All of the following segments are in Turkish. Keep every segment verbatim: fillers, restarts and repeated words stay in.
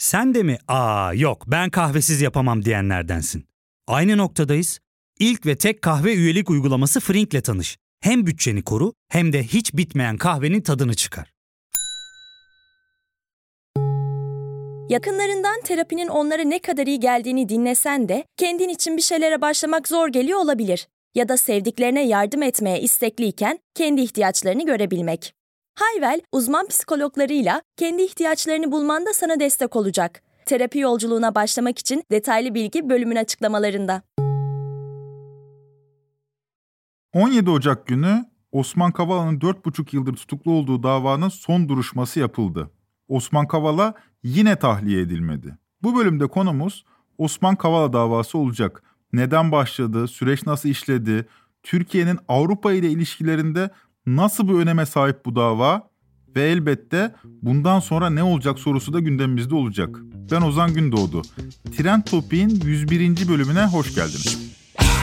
Sen de mi "Aa yok ben kahvesiz yapamam" diyenlerdensin? Aynı noktadayız. İlk ve tek kahve üyelik uygulaması Frink'le tanış. Hem bütçeni koru hem de hiç bitmeyen kahvenin tadını çıkar. Yakınlarından terapinin onlara ne kadar iyi geldiğini dinlesen de kendin için bir şeylere başlamak zor geliyor olabilir. Ya da sevdiklerine yardım etmeye istekliyken kendi ihtiyaçlarını görebilmek. Hayvel, uzman psikologlarıyla kendi ihtiyaçlarını bulmanda sana destek olacak. Terapi yolculuğuna başlamak için detaylı bilgi bölümün açıklamalarında. on yedi Ocak günü Osman Kavala'nın dört buçuk yıldır tutuklu olduğu davanın son duruşması yapıldı. Osman Kavala yine tahliye edilmedi. Bu bölümde konumuz Osman Kavala davası olacak. Neden başladı, süreç nasıl işledi, Türkiye'nin Avrupa ile ilişkilerinde nasıl bir öneme sahip bu dava ve elbette bundan sonra ne olacak sorusu da gündemimizde olacak. Ben Ozan Gündoğdu. Trend Topik'in yüz birinci bölümüne hoş geldiniz.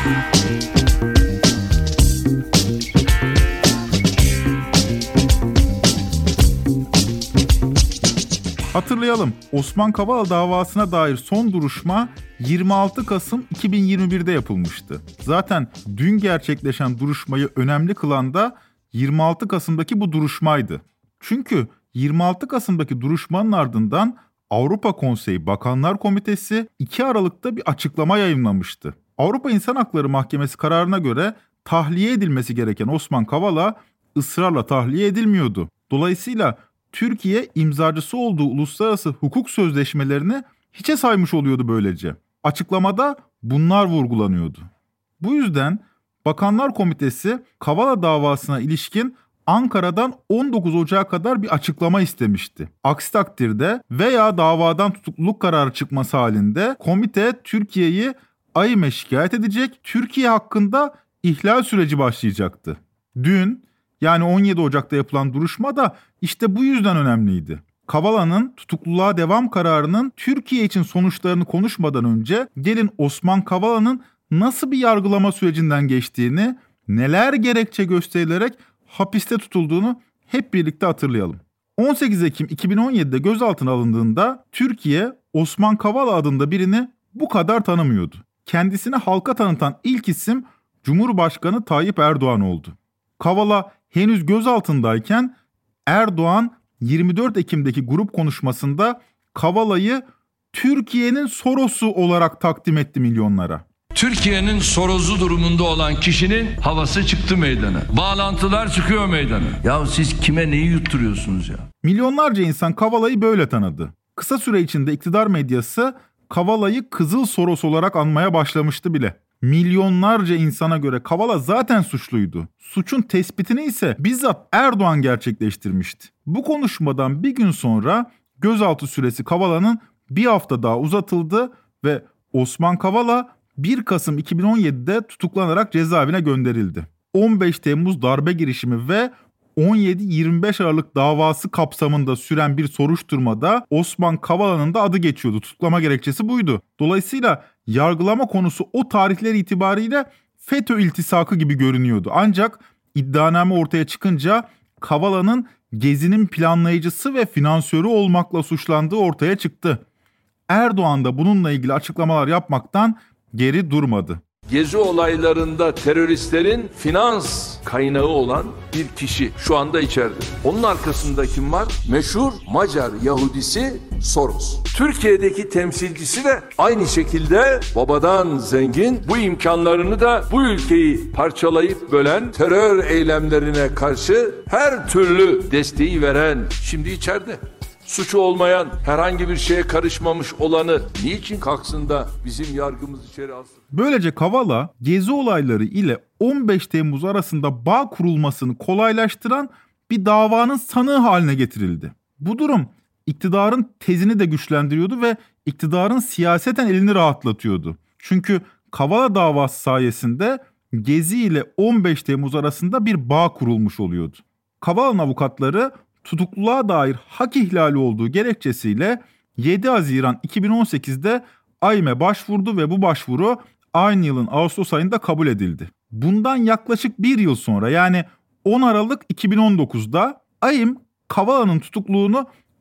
Hatırlayalım, Osman Kavala davasına dair son duruşma yirmi altı Kasım iki bin yirmi birde yapılmıştı. Zaten dün gerçekleşen duruşmayı önemli kılan da yirmi altı Kasım'daki bu duruşmaydı. Çünkü yirmi altı Kasım'daki duruşmanın ardından Avrupa Konseyi Bakanlar Komitesi iki Aralık'ta bir açıklama yayımlamıştı. Avrupa İnsan Hakları Mahkemesi kararına göre tahliye edilmesi gereken Osman Kavala ısrarla tahliye edilmiyordu. Dolayısıyla Türkiye imzacısı olduğu uluslararası hukuk sözleşmelerini hiçe saymış oluyordu böylece. Açıklamada bunlar vurgulanıyordu. Bu yüzden Bakanlar Komitesi Kavala davasına ilişkin Ankara'dan on dokuz Ocak'a kadar bir açıklama istemişti. Aksi takdirde veya davadan tutukluluk kararı çıkması halinde komite Türkiye'yi A İ M'e şikayet edecek, Türkiye hakkında ihlal süreci başlayacaktı. Dün, yani on yedi Ocak'ta yapılan duruşma da işte bu yüzden önemliydi. Kavala'nın tutukluluğa devam kararının Türkiye için sonuçlarını konuşmadan önce gelin Osman Kavala'nın nasıl bir yargılama sürecinden geçtiğini, neler gerekçe gösterilerek hapiste tutulduğunu hep birlikte hatırlayalım. on sekiz Ekim iki bin on yedide gözaltına alındığında Türkiye Osman Kavala adında birini bu kadar tanımıyordu. Kendisini halka tanıtan ilk isim Cumhurbaşkanı Tayyip Erdoğan oldu. Kavala henüz gözaltındayken Erdoğan yirmi dört Ekim'deki grup konuşmasında Kavala'yı Türkiye'nin Soros'u olarak takdim etti milyonlara. Türkiye'nin Soros'u durumunda olan kişinin havası çıktı meydana. Bağlantılar çıkıyor meydana. Ya siz kime neyi yutturuyorsunuz ya? Milyonlarca insan Kavala'yı böyle tanıdı. Kısa süre içinde iktidar medyası Kavala'yı Kızıl Soros olarak anmaya başlamıştı bile. Milyonlarca insana göre Kavala zaten suçluydu. Suçun tespitini ise bizzat Erdoğan gerçekleştirmişti. Bu konuşmadan bir gün sonra gözaltı süresi Kavala'nın bir hafta daha uzatıldı ve Osman Kavala bir Kasım iki bin on yedide tutuklanarak cezaevine gönderildi. on beş Temmuz darbe girişimi ve on yedi yirmi beş Aralık davası kapsamında süren bir soruşturmada Osman Kavala'nın da adı geçiyordu. Tutuklama gerekçesi buydu. Dolayısıyla yargılama konusu o tarihler itibariyle FETÖ iltisakı gibi görünüyordu. Ancak iddianame ortaya çıkınca Kavala'nın Gezi'nin planlayıcısı ve finansörü olmakla suçlandığı ortaya çıktı. Erdoğan da bununla ilgili açıklamalar yapmaktan geri durmadı. Gezi olaylarında teröristlerin finans kaynağı olan bir kişi şu anda içeride. Onun arkasında kim var? Meşhur Macar Yahudisi Soros. Türkiye'deki temsilcisi de aynı şekilde babadan zengin, bu imkanlarını da bu ülkeyi parçalayıp bölen, terör eylemlerine karşı her türlü desteği veren şimdi içeride. Suçu olmayan, herhangi bir şeye karışmamış olanı niçin kalksın da bizim yargımız içeri alsın? Böylece Kavala, Gezi olayları ile on beş Temmuz arasında bağ kurulmasını kolaylaştıran bir davanın sanığı haline getirildi. Bu durum iktidarın tezini de güçlendiriyordu ve iktidarın siyaseten elini rahatlatıyordu. Çünkü Kavala davası sayesinde Gezi ile on beş Temmuz arasında bir bağ kurulmuş oluyordu. Kavala'nın avukatları tutukluluğa dair hak ihlali olduğu gerekçesiyle yedi Haziran iki bin on sekizde A İ M'e başvurdu ve bu başvuru aynı yılın Ağustos ayında kabul edildi. Bundan yaklaşık bir yıl sonra, yani on Aralık iki bin on dokuzda A İ M Kavala'nın tutukluluğunu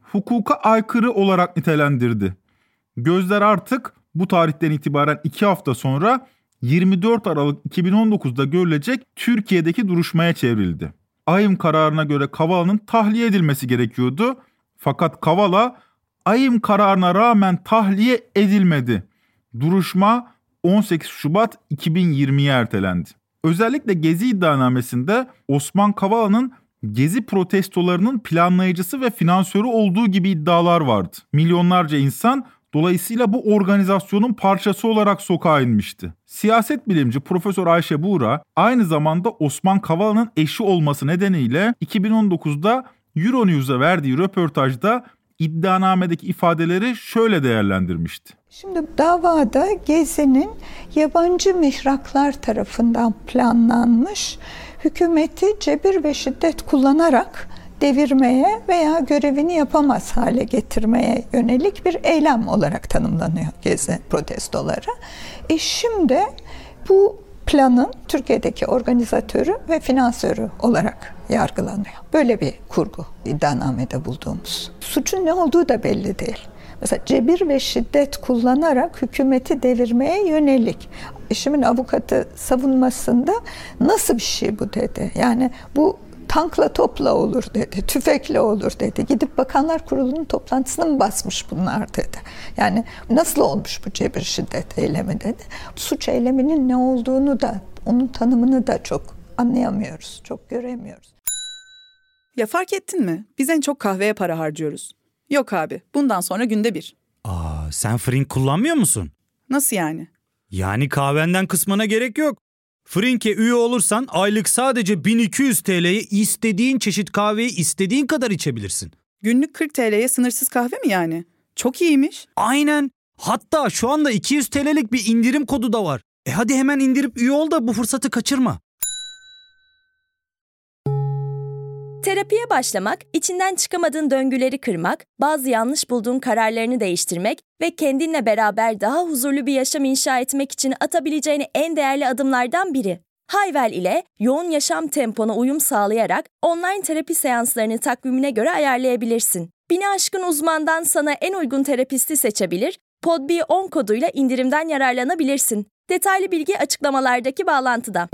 hukuka aykırı olarak nitelendirdi. Gözler artık bu tarihten itibaren iki hafta sonra yirmi dört Aralık iki bin on dokuzda görülecek Türkiye'deki duruşmaya çevrildi. Ahim kararına göre Kavala'nın tahliye edilmesi gerekiyordu. Fakat Kavala ahim kararına rağmen tahliye edilmedi. Duruşma on sekiz Şubat iki bin yirmiye ertelendi. Özellikle Gezi iddianamesinde Osman Kavala'nın Gezi protestolarının planlayıcısı ve finansörü olduğu gibi iddialar vardı. Milyonlarca insan dolayısıyla bu organizasyonun parçası olarak sokağa inmişti. Siyaset bilimci Profesör Ayşe Buğra aynı zamanda Osman Kavala'nın eşi olması nedeniyle iki bin on dokuzda Euronews'a verdiği röportajda iddianamedeki ifadeleri şöyle değerlendirmişti. Şimdi davada Gezi'nin yabancı mihraklar tarafından planlanmış, hükümeti cebir ve şiddet kullanarak devirmeye veya görevini yapamaz hale getirmeye yönelik bir eylem olarak tanımlanıyor Gezi protestoları. E şimdi bu planın Türkiye'deki organizatörü ve finansörü olarak yargılanıyor. Böyle bir kurgu iddianamede bulduğumuz. Suçun ne olduğu da belli değil. Mesela cebir ve şiddet kullanarak hükümeti devirmeye yönelik. Eşimin avukatı savunmasında nasıl bir şey bu dedi. Yani bu tankla topla olur dedi, tüfekle olur dedi. Gidip Bakanlar Kurulu'nun toplantısını mı basmış bunlar dedi. Yani nasıl olmuş bu cebir şiddet eylemi dedi. Suç eyleminin ne olduğunu da, onun tanımını da çok anlayamıyoruz, çok göremiyoruz. Ya fark ettin mi? Biz en çok kahveye para harcıyoruz. Yok abi, bundan sonra günde bir. Aa, sen Frink kullanmıyor musun? Nasıl yani? Yani kahvenden kısmına gerek yok. Frink'e üye olursan aylık sadece bin iki yüz TL'ye istediğin çeşit kahveyi istediğin kadar içebilirsin. Günlük kırk TL'ye sınırsız kahve mi yani? Çok iyiymiş. Aynen. Hatta şu anda iki yüz TL'lik bir indirim kodu da var. E hadi hemen indirip üye ol da bu fırsatı kaçırma. Terapiye başlamak, içinden çıkamadığın döngüleri kırmak, bazı yanlış bulduğun kararlarını değiştirmek ve kendinle beraber daha huzurlu bir yaşam inşa etmek için atabileceğin en değerli adımlardan biri. Hayvel ile yoğun yaşam tempona uyum sağlayarak online terapi seanslarını takvimine göre ayarlayabilirsin. Bini aşkın uzmandan sana en uygun terapisti seçebilir, Pod B on koduyla indirimden yararlanabilirsin. Detaylı bilgi açıklamalardaki bağlantıda.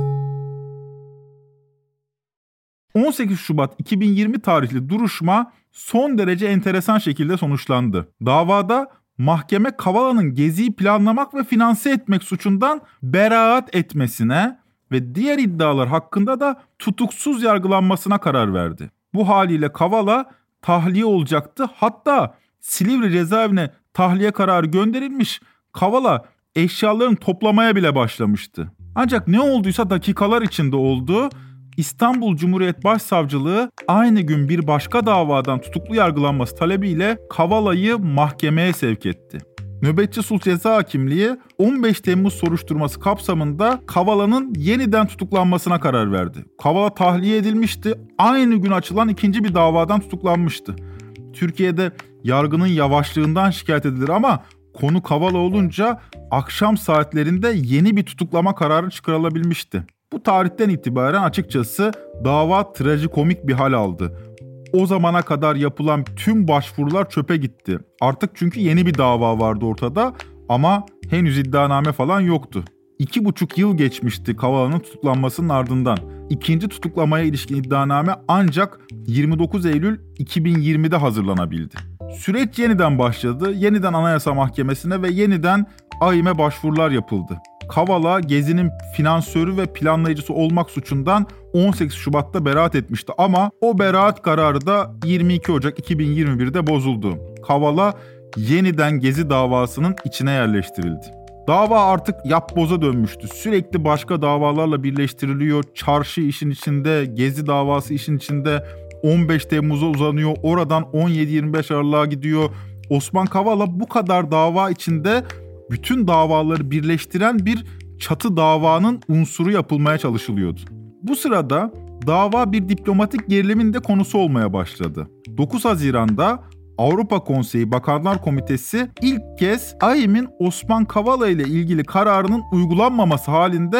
on sekiz Şubat iki bin yirmi tarihli duruşma son derece enteresan şekilde sonuçlandı. Davada mahkeme Kavala'nın Gezi'yi planlamak ve finanse etmek suçundan beraat etmesine ve diğer iddialar hakkında da tutuksuz yargılanmasına karar verdi. Bu haliyle Kavala tahliye olacaktı. Hatta Silivri cezaevine tahliye kararı gönderilmiş. Kavala eşyalarını toplamaya bile başlamıştı. Ancak ne olduysa dakikalar içinde oldu. İstanbul Cumhuriyet Başsavcılığı aynı gün bir başka davadan tutuklu yargılanması talebiyle Kavala'yı mahkemeye sevk etti. Nöbetçi Sulh Ceza Hakimliği on beş Temmuz soruşturması kapsamında Kavala'nın yeniden tutuklanmasına karar verdi. Kavala tahliye edilmişti, aynı gün açılan ikinci bir davadan tutuklanmıştı. Türkiye'de yargının yavaşlığından şikayet edilir ama konu Kavala olunca akşam saatlerinde yeni bir tutuklama kararı çıkarılabilmişti. Bu tarihten itibaren açıkçası dava trajikomik bir hal aldı. O zamana kadar yapılan tüm başvurular çöpe gitti. Artık çünkü yeni bir dava vardı ortada ama henüz iddianame falan yoktu. İki buçuk yıl geçmişti Kavala'nın tutuklanmasının ardından. İkinci tutuklamaya ilişkin iddianame ancak yirmi dokuz Eylül iki bin yirmide hazırlanabildi. Süreç yeniden başladı. Yeniden Anayasa Mahkemesi'ne ve yeniden A İ M'e başvurular yapıldı. Kavala, Gezi'nin finansörü ve planlayıcısı olmak suçundan on sekiz Şubat'ta beraat etmişti ama o beraat kararı da yirmi iki Ocak iki bin yirmi birde bozuldu. Kavala yeniden Gezi davasının içine yerleştirildi. Dava artık yapboza dönmüştü. Sürekli başka davalarla birleştiriliyor. Çarşı işin içinde, Gezi davası işin içinde. on beş Temmuz'a uzanıyor. Oradan on yedi yirmi beş Aralık'a gidiyor. Osman Kavala bu kadar dava içinde bütün davaları birleştiren bir çatı davanın unsuru yapılmaya çalışılıyordu. Bu sırada dava bir diplomatik gerilimin de konusu olmaya başladı. dokuz Haziran'da Avrupa Konseyi Bakanlar Komitesi ilk kez A İ M'in Osman Kavala ile ilgili kararının uygulanmaması halinde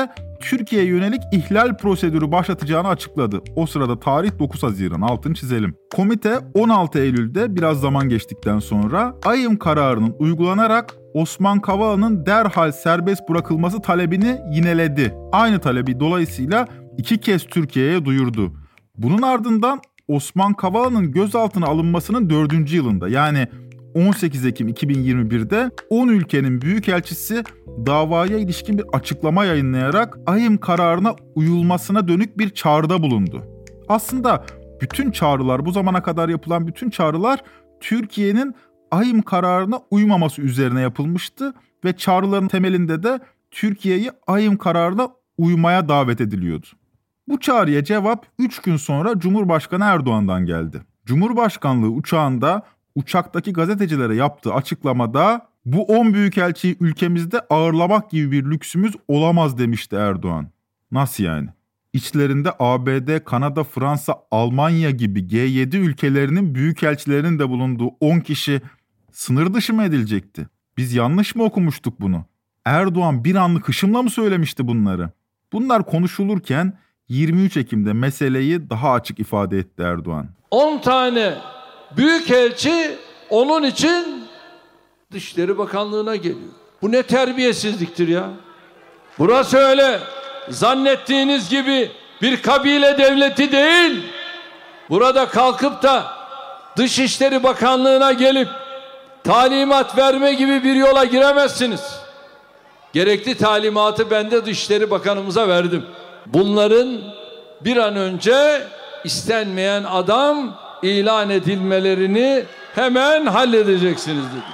Türkiye'ye yönelik ihlal prosedürü başlatacağını açıkladı. O sırada tarih dokuz Haziran, altını çizelim. Komite on altı Eylül'de biraz zaman geçtikten sonra AYM kararının uygulanarak Osman Kavala'nın derhal serbest bırakılması talebini yineledi. Aynı talebi dolayısıyla iki kez Türkiye'ye duyurdu. Bunun ardından Osman Kavala'nın gözaltına alınmasının dördüncü yılında, yani on sekiz Ekim iki bin yirmi birde on ülkenin büyükelçisi davaya ilişkin bir açıklama yayınlayarak AYM kararına uyulmasına dönük bir çağrıda bulundu. Aslında bütün çağrılar, bu zamana kadar yapılan bütün çağrılar Türkiye'nin AYM kararına uymaması üzerine yapılmıştı ve çağrıların temelinde de Türkiye'yi AYM kararına uymaya davet ediliyordu. Bu çağrıya cevap üç gün sonra Cumhurbaşkanı Erdoğan'dan geldi. Cumhurbaşkanlığı uçağında uçaktaki gazetecilere yaptığı açıklamada bu on büyükelçiyi ülkemizde ağırlamak gibi bir lüksümüz olamaz demişti Erdoğan. Nasıl yani? İçlerinde A B D, Kanada, Fransa, Almanya gibi G yedi ülkelerinin büyükelçilerinin de bulunduğu on kişi sınır dışı mı edilecekti? Biz yanlış mı okumuştuk bunu? Erdoğan bir anlık hışımla mı söylemişti bunları? Bunlar konuşulurken yirmi üç Ekim'de meseleyi daha açık ifade etti Erdoğan. on tane büyükelçi onun için Dışişleri Bakanlığı'na geliyor. Bu ne terbiyesizliktir ya? Burası öyle zannettiğiniz gibi bir kabile devleti değil. Burada kalkıp da Dışişleri Bakanlığı'na gelip talimat verme gibi bir yola giremezsiniz. Gerekli talimatı ben de Dışişleri Bakanımıza verdim. Bunların bir an önce istenmeyen adam ilan edilmelerini hemen halledeceksiniz dedi.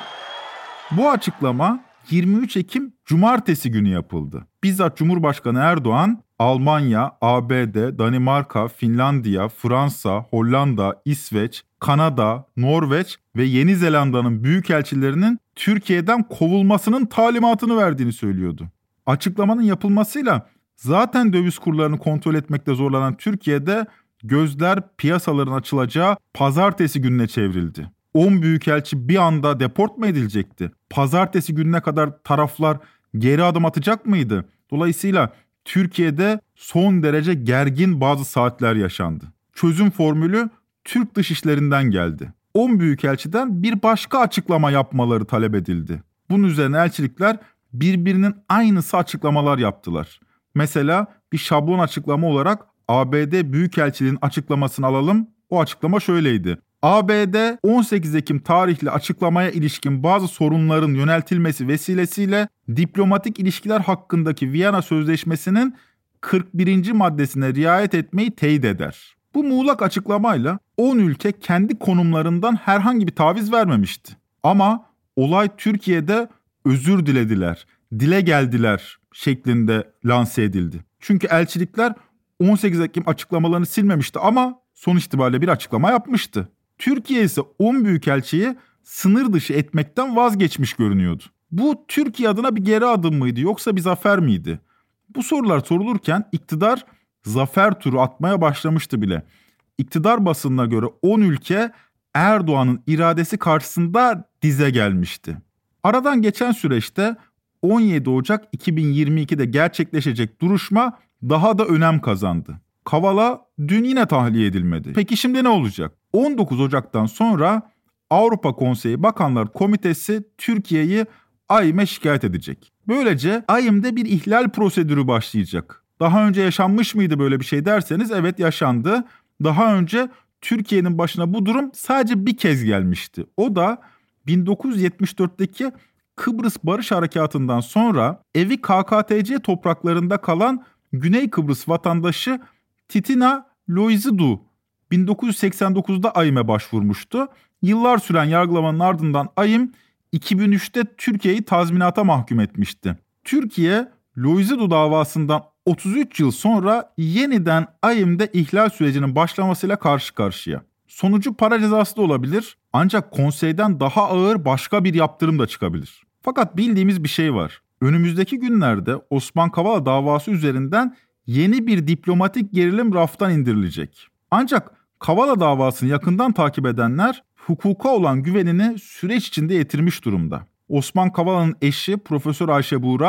Bu açıklama yirmi üç Ekim Cumartesi günü yapıldı. Bizzat Cumhurbaşkanı Erdoğan, Almanya, A B D, Danimarka, Finlandiya, Fransa, Hollanda, İsveç, Kanada, Norveç ve Yeni Zelanda'nın büyükelçilerinin Türkiye'den kovulmasının talimatını verdiğini söylüyordu. Açıklamanın yapılmasıyla zaten döviz kurlarını kontrol etmekte zorlanan Türkiye'de gözler piyasaların açılacağı pazartesi gününe çevrildi. on büyükelçi bir anda deport mu edilecekti? Pazartesi gününe kadar taraflar geri adım atacak mıydı? Dolayısıyla Türkiye'de son derece gergin bazı saatler yaşandı. Çözüm formülü Türk Dışişleri'nden geldi. on büyükelçiden bir başka açıklama yapmaları talep edildi. Bunun üzerine elçilikler birbirinin aynısı açıklamalar yaptılar. Mesela bir şablon açıklama olarak A B D Büyükelçiliğinin açıklamasını alalım. O açıklama şöyleydi. A B D on sekiz Ekim tarihli açıklamaya ilişkin bazı sorunların yöneltilmesi vesilesiyle diplomatik ilişkiler hakkındaki Viyana Sözleşmesi'nin kırk birinci maddesine riayet etmeyi teyit eder. Bu muğlak açıklamayla on ülke kendi konumlarından herhangi bir taviz vermemişti. Ama olay Türkiye'de özür dilediler, dile geldiler şeklinde lanse edildi. Çünkü elçilikler on sekiz Ekim açıklamalarını silmemişti ama sonuç itibariyle bir açıklama yapmıştı. Türkiye ise on büyükelçiyi sınır dışı etmekten vazgeçmiş görünüyordu. Bu Türkiye adına bir geri adım mıydı yoksa bir zafer miydi? Bu sorular sorulurken iktidar zafer turu atmaya başlamıştı bile. İktidar basınına göre on ülke Erdoğan'ın iradesi karşısında dize gelmişti. Aradan geçen süreçte on yedi Ocak iki bin yirmi ikide gerçekleşecek duruşma daha da önem kazandı. Kavala dün yine tahliye edilmedi. Peki şimdi ne olacak? on dokuz Ocak'tan sonra Avrupa Konseyi Bakanlar Komitesi Türkiye'yi AYM'e şikayet edecek. Böylece AYM'de bir ihlal prosedürü başlayacak. Daha önce yaşanmış mıydı böyle bir şey derseniz evet yaşandı. Daha önce Türkiye'nin başına bu durum sadece bir kez gelmişti. O da bin dokuz yüz yetmiş dörtteki Kıbrıs Barış Harekatı'ndan sonra evi K K T C topraklarında kalan Güney Kıbrıs vatandaşı Titina Loizidou bin dokuz yüz seksen dokuzda AYM'e başvurmuştu. Yıllar süren yargılamanın ardından AYM iki bin üçte Türkiye'yi tazminata mahkum etmişti. Türkiye Loizidou davasından otuz üç yıl sonra yeniden AYM'de ihlal sürecinin başlamasıyla karşı karşıya. Sonucu para cezası da olabilir ancak konseyden daha ağır başka bir yaptırım da çıkabilir. Fakat bildiğimiz bir şey var. Önümüzdeki günlerde Osman Kavala davası üzerinden yeni bir diplomatik gerilim raftan indirilecek. Ancak Kavala davasını yakından takip edenler hukuka olan güvenini süreç içinde yitirmiş durumda. Osman Kavala'nın eşi Profesör Ayşe Buğra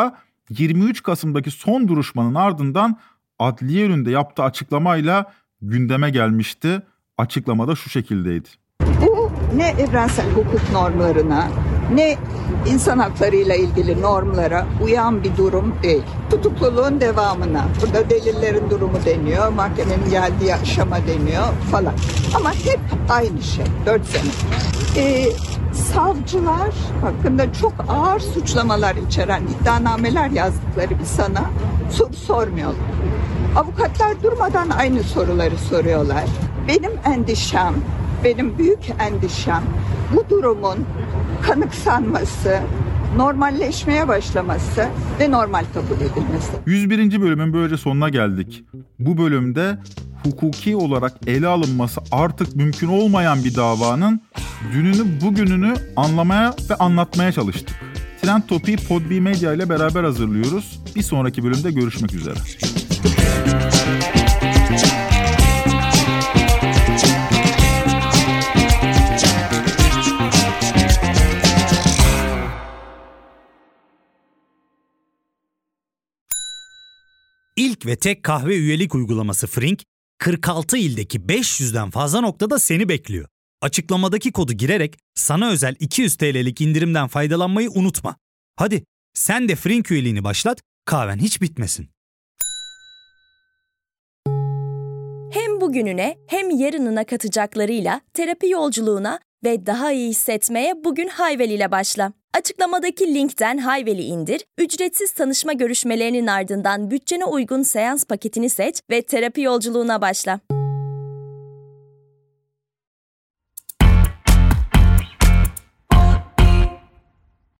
yirmi üç Kasım'daki son duruşmanın ardından adliye önünde yaptığı açıklamayla gündeme gelmişti. Açıklamada şu şekildeydi. Bu ne evrensel hukuk normlarına, ne insan haklarıyla ilgili normlara uyan bir durum değil. Tutukluluğun devamına, burada delillerin durumu deniyor, mahkemenin geldiği aşama deniyor falan. Ama hep aynı şey, dört sene. Ee, savcılar hakkında çok ağır suçlamalar içeren iddianameler yazdıkları bir sana soru sormuyorlar. Avukatlar durmadan aynı soruları soruyorlar. Benim endişem, benim büyük endişem bu durumun kanıksanması, normalleşmeye başlaması ve normal kabul edilmesi. yüz birinci bölümün böylece sonuna geldik. Bu bölümde hukuki olarak ele alınması artık mümkün olmayan bir davanın dününü bugününü anlamaya ve anlatmaya çalıştık. Trend Topi'yi Podbi Medya ile beraber hazırlıyoruz. Bir sonraki bölümde görüşmek üzere. İlk ve tek kahve üyelik uygulaması Frink, kırk altı ildeki beş yüzden fazla noktada seni bekliyor. Açıklamadaki kodu girerek sana özel iki yüz TL'lik indirimden faydalanmayı unutma. Hadi sen de Frink üyeliğini başlat, kahven hiç bitmesin. Hem bugününe hem yarınına katacaklarıyla terapi yolculuğuna ve daha iyi hissetmeye bugün Hayvel ile başla. Açıklamadaki linkten Hayvel'i indir, ücretsiz tanışma görüşmelerinin ardından bütçene uygun seans paketini seç ve terapi yolculuğuna başla.